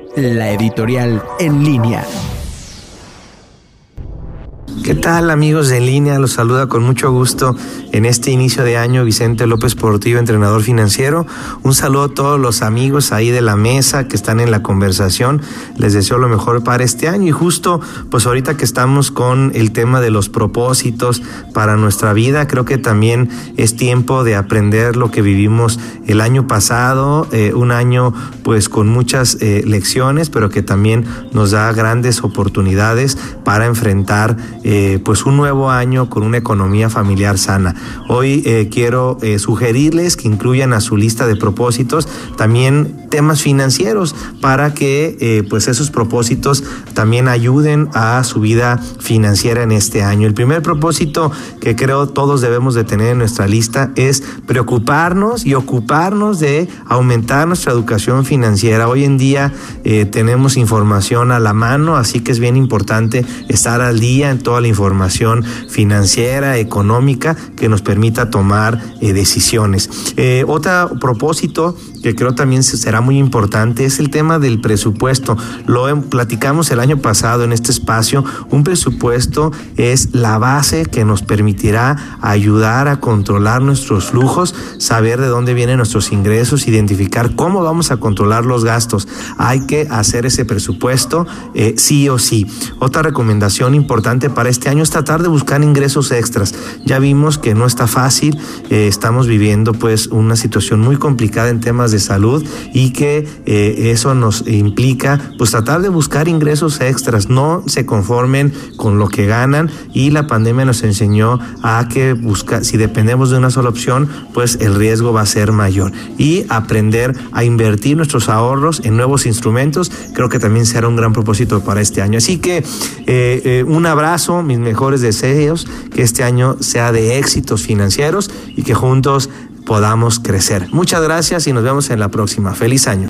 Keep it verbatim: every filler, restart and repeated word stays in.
La Editorial en Línea. ¿Qué tal, amigos de En Línea? Los saluda con mucho gusto en este inicio de año Vicente López Portillo, entrenador financiero. Un saludo a todos los amigos ahí de la mesa que están en la conversación. Les deseo lo mejor para este año y justo pues ahorita que estamos con el tema de los propósitos para nuestra vida, creo que también es tiempo de aprender lo que vivimos el año pasado, eh, un año pues con muchas eh, lecciones, pero que también nos da grandes oportunidades para enfrentar eh, pues un nuevo año con una economía familiar sana. Hoy eh, quiero eh, sugerirles que incluyan a su lista de propósitos también temas financieros para que eh, pues esos propósitos también ayuden a su vida financiera en este año. El primer propósito que creo todos debemos de tener en nuestra lista es preocuparnos y ocuparnos de aumentar nuestra educación financiera. Hoy en día eh, tenemos información a la mano, así que es bien importante estar al día en toda la información financiera, económica, que nos permita tomar eh, decisiones. Eh, otro propósito que creo también será muy importante es el tema del presupuesto. Lo platicamos el año pasado en este espacio. Un presupuesto es la base que nos permitirá ayudar a controlar nuestros flujos, saber de dónde vienen nuestros ingresos, identificar cómo vamos a controlar los gastos. Hay que hacer ese presupuesto eh, sí o sí. Otra recomendación importante para este año es tratar de buscar ingresos extras. Ya vimos que no está fácil, eh, estamos viviendo pues una situación muy complicada en temas de salud y que eh, eso nos implica pues tratar de buscar ingresos extras. No se conformen con lo que ganan y la pandemia nos enseñó a que buscar, si dependemos de una sola opción, pues el riesgo va a ser mayor, y aprender a invertir nuestros ahorros en nuevos instrumentos creo que también será un gran propósito para este año. Así que eh, eh, un abrazo, mis mejores deseos, que este año sea de éxitos financieros y que juntos podamos crecer. Muchas gracias y nos vemos en la próxima. Feliz año.